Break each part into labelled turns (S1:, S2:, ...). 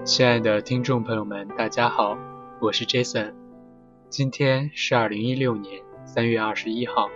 S1: 亲爱的听众朋友们，大家好，我是 Jason， 今天是2016年3月21号，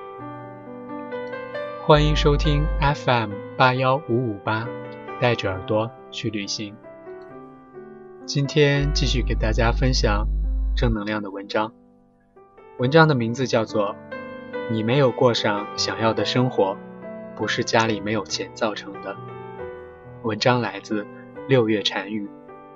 S1: 欢迎收听 FM81558， 带着耳朵去旅行。今天继续给大家分享正能量的文章，文章的名字叫做你没有过上想要的生活，不是家里没有钱造成的。文章来自6月禅语。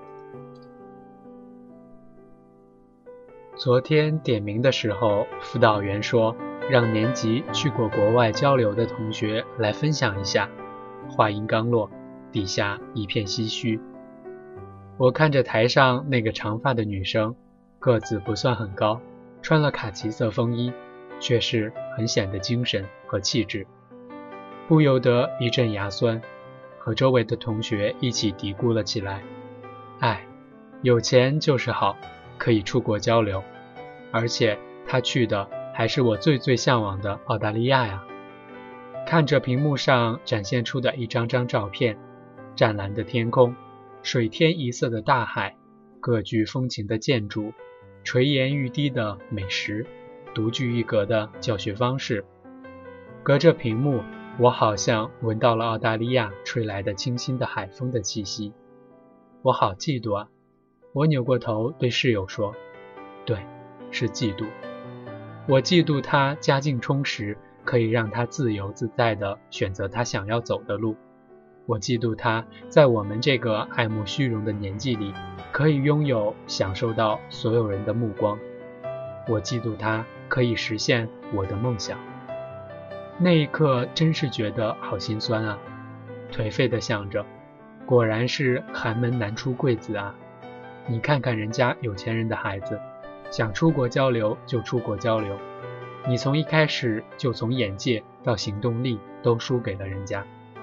S1: 昨天点名的时候，辅导员说让年级去过国外交流的同学来分享一下。话音刚落，底下一片唏嘘。我看着台上那个长发的女生，个子不算很高，穿了卡其色风衣，却是很显得精神和气质，不由得一阵牙酸，和周围的同学一起嘀咕了起来。有钱就是好，可以出国交流，而且他去的还是我最向往的澳大利亚呀。看着屏幕上展现出的一张张照片，湛蓝的天空，水天一色的大海，各具风情的建筑，垂涎欲滴的美食，独具一格的教学方式。隔着屏幕，我好像闻到了澳大利亚吹来的清新的海风的气息。我好嫉妒啊！我扭过头对室友说，对，是嫉妒。我嫉妒他家境充实，可以让他自由自在地选择他想要走的路。我嫉妒他在我们这个爱慕虚荣的年纪里，可以拥有享受到所有人的目光。我嫉妒他可以实现我的梦想。那一刻真是觉得好心酸啊，颓废地想着，果然是寒门难出贵子啊。你看看人家有钱人的孩子，想出国交流就出国交流，你从一开始就从眼界到行动力都输给了人家。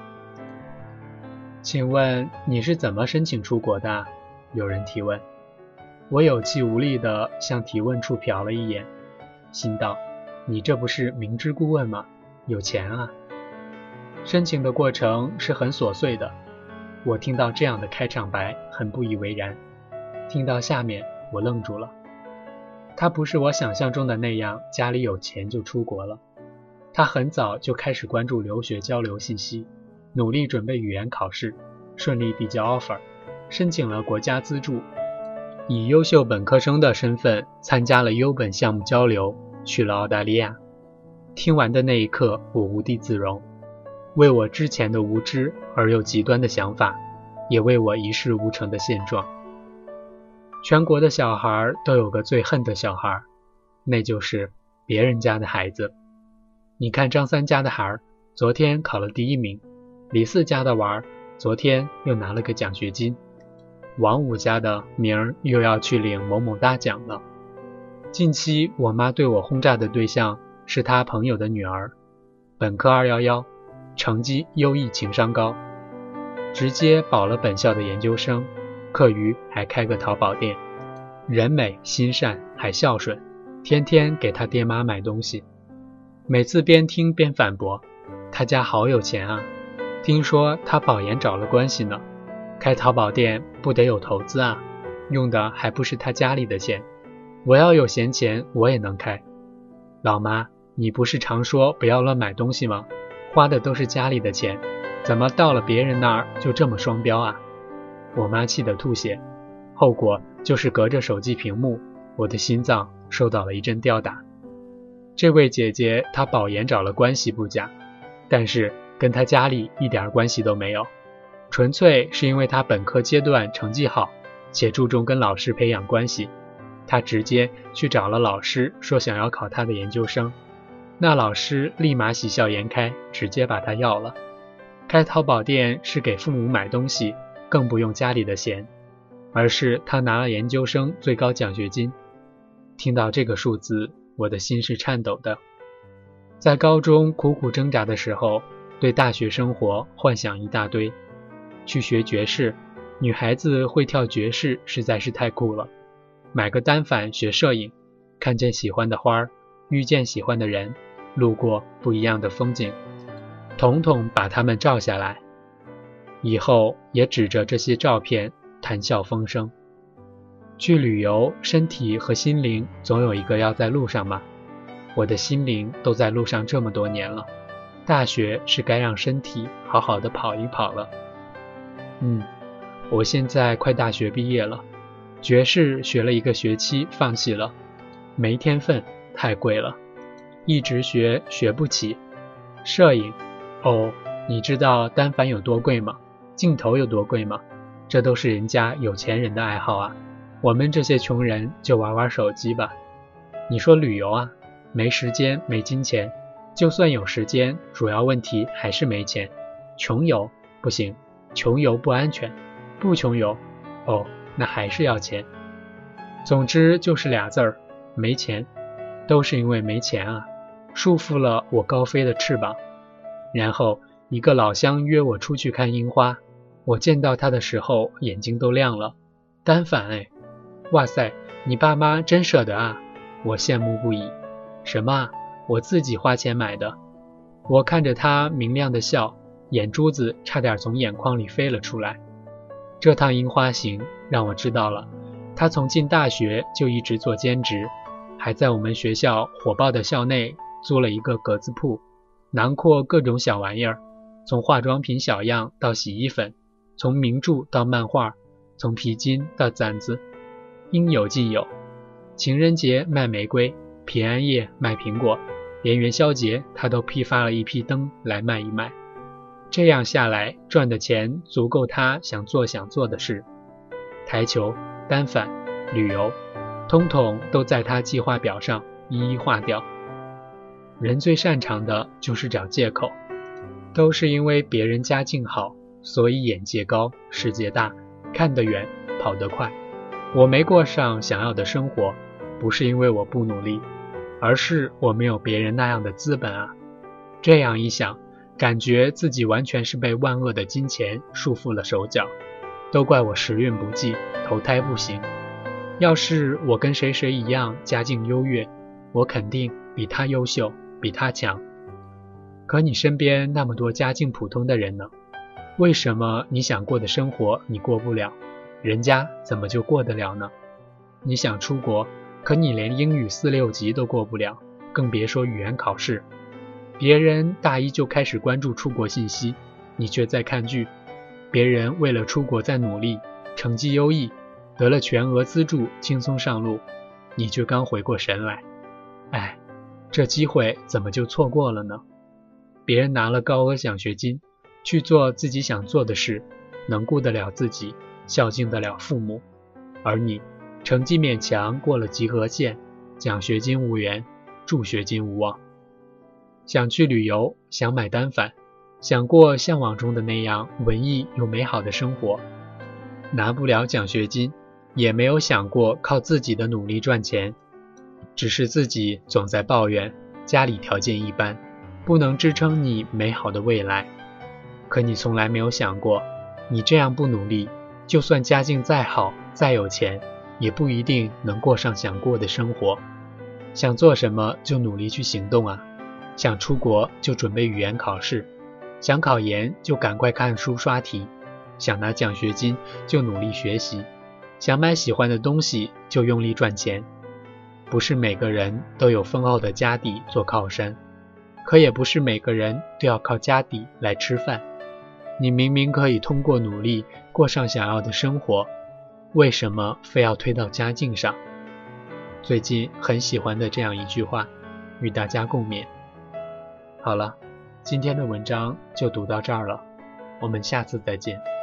S1: 请问你是怎么申请出国的啊？有人提问。我有气无力地向提问处瞟了一眼，心道，你这不是明知故问吗？有钱啊。申请的过程是很琐碎的，我听到这样的开场白很不以为然。听到下面我愣住了，他不是我想象中的那样家里有钱就出国了。他很早就开始关注留学交流信息，努力准备语言考试，顺利递交 offer， 申请了国家资助，以优秀本科生的身份参加了优本项目交流，去了澳大利亚。听完的那一刻我无地自容，为我之前的无知而又极端的想法，也为我一事无成的现状。全国的小孩都有个最恨的小孩，那就是别人家的孩子。你看张三家的孩昨天考了第1名，李四家的娃昨天又拿了个奖学金，王五家的明儿又要去领某某大奖了。近期我妈对我轰炸的对象是她朋友的女儿，本科211，成绩优异，情商高，直接保了本校的研究生，课余还开个淘宝店，人美心善还孝顺，天天给他爹妈买东西。每次边听边反驳，他家好有钱啊，听说他保研找了关系呢，开淘宝店不得有投资啊，用的还不是他家里的钱，我要有闲钱我也能开。老妈，你不是常说不要乱买东西吗？花的都是家里的钱，怎么到了别人那儿就这么双标啊？我妈气得吐血，后果就是隔着手机屏幕，我的心脏受到了一阵吊打。这位姐姐她保研找了关系不假，但是跟她家里一点关系都没有，纯粹是因为她本科阶段成绩好，且注重跟老师培养关系，她直接去找了老师，说想要考她的研究生，那老师立马喜笑颜开，直接把她要了。开淘宝店是给父母买东西，更不用家里的钱，而是他拿了研究生最高奖学金。听到这个数字，我的心是颤抖的。在高中苦苦挣扎的时候，对大学生活幻想一大堆，去学爵士，女孩子会跳爵士实在是太酷了，买个单反学摄影，看见喜欢的花，遇见喜欢的人，路过不一样的风景，统统把它们照下来，以后也指着这些照片谈笑风生。去旅游，身体和心灵总有一个要在路上吧。我的心灵都在路上这么多年了，大学是该让身体好好的跑一跑了。我现在快大学毕业了，爵士学了1个学期放弃了，没天分，太贵了，一直学不起。摄影，你知道单反有多贵吗？镜头有多贵吗？这都是人家有钱人的爱好啊，我们这些穷人就玩玩手机吧。你说旅游啊，没时间没金钱，就算有时间，主要问题还是没钱。穷游不行，穷游不安全，不穷游那还是要钱。总之就是2字儿，没钱。都是因为没钱啊，束缚了我高飞的翅膀。然后一个老乡约我出去看樱花，我见到他的时候眼睛都亮了。单反哇塞，你爸妈真舍得啊，我羡慕不已。什么啊？我自己花钱买的。我看着他明亮的笑，眼珠子差点从眼眶里飞了出来。这趟樱花行让我知道了，他从进大学就一直做兼职，还在我们学校火爆的校内租了一个格子铺，囊括各种小玩意儿，从化妆品小样到洗衣粉，从名著到漫画，从皮筋到毡子，应有尽有。情人节卖玫瑰，平安夜卖苹果，连元宵节他都批发了一批灯来卖一卖。这样下来，赚的钱足够他想做的事。台球、单反、旅游，通通都在他计划表上一一划掉。人最擅长的就是找借口，都是因为别人家境好，所以眼界高，世界大，看得远，跑得快。我没过上想要的生活，不是因为我不努力，而是我没有别人那样的资本啊。这样一想，感觉自己完全是被万恶的金钱束缚了手脚，都怪我时运不济，投胎不行。要是我跟谁一样家境优越，我肯定比他优秀，比他强。可你身边那么多家境普通的人呢？为什么你想过的生活你过不了，人家怎么就过得了呢？你想出国，可你连英语4、6级都过不了，更别说语言考试。别人大一就开始关注出国信息，你却在看剧。别人为了出国在努力，成绩优异，得了全额资助，轻松上路，你却刚回过神来。这机会怎么就错过了呢？别人拿了高额奖学金，去做自己想做的事，能顾得了自己，孝敬得了父母，而你成绩勉强过了及格线，奖学金无缘，助学金无望。想去旅游，想买单反，想过向往中的那样文艺又美好的生活，拿不了奖学金，也没有想过靠自己的努力赚钱，只是自己总在抱怨家里条件一般，不能支撑你美好的未来。可你从来没有想过，你这样不努力，就算家境再好再有钱，也不一定能过上想过的生活。想做什么就努力去行动啊，想出国就准备语言考试，想考研就赶快看书刷题，想拿奖学金就努力学习，想买喜欢的东西就用力赚钱。不是每个人都有丰厚的家底做靠山，可也不是每个人都要靠家底来吃饭。你明明可以通过努力过上想要的生活，为什么非要推到家境上？最近很喜欢的这样一句话，与大家共勉。好了，今天的文章就读到这儿了，我们下次再见。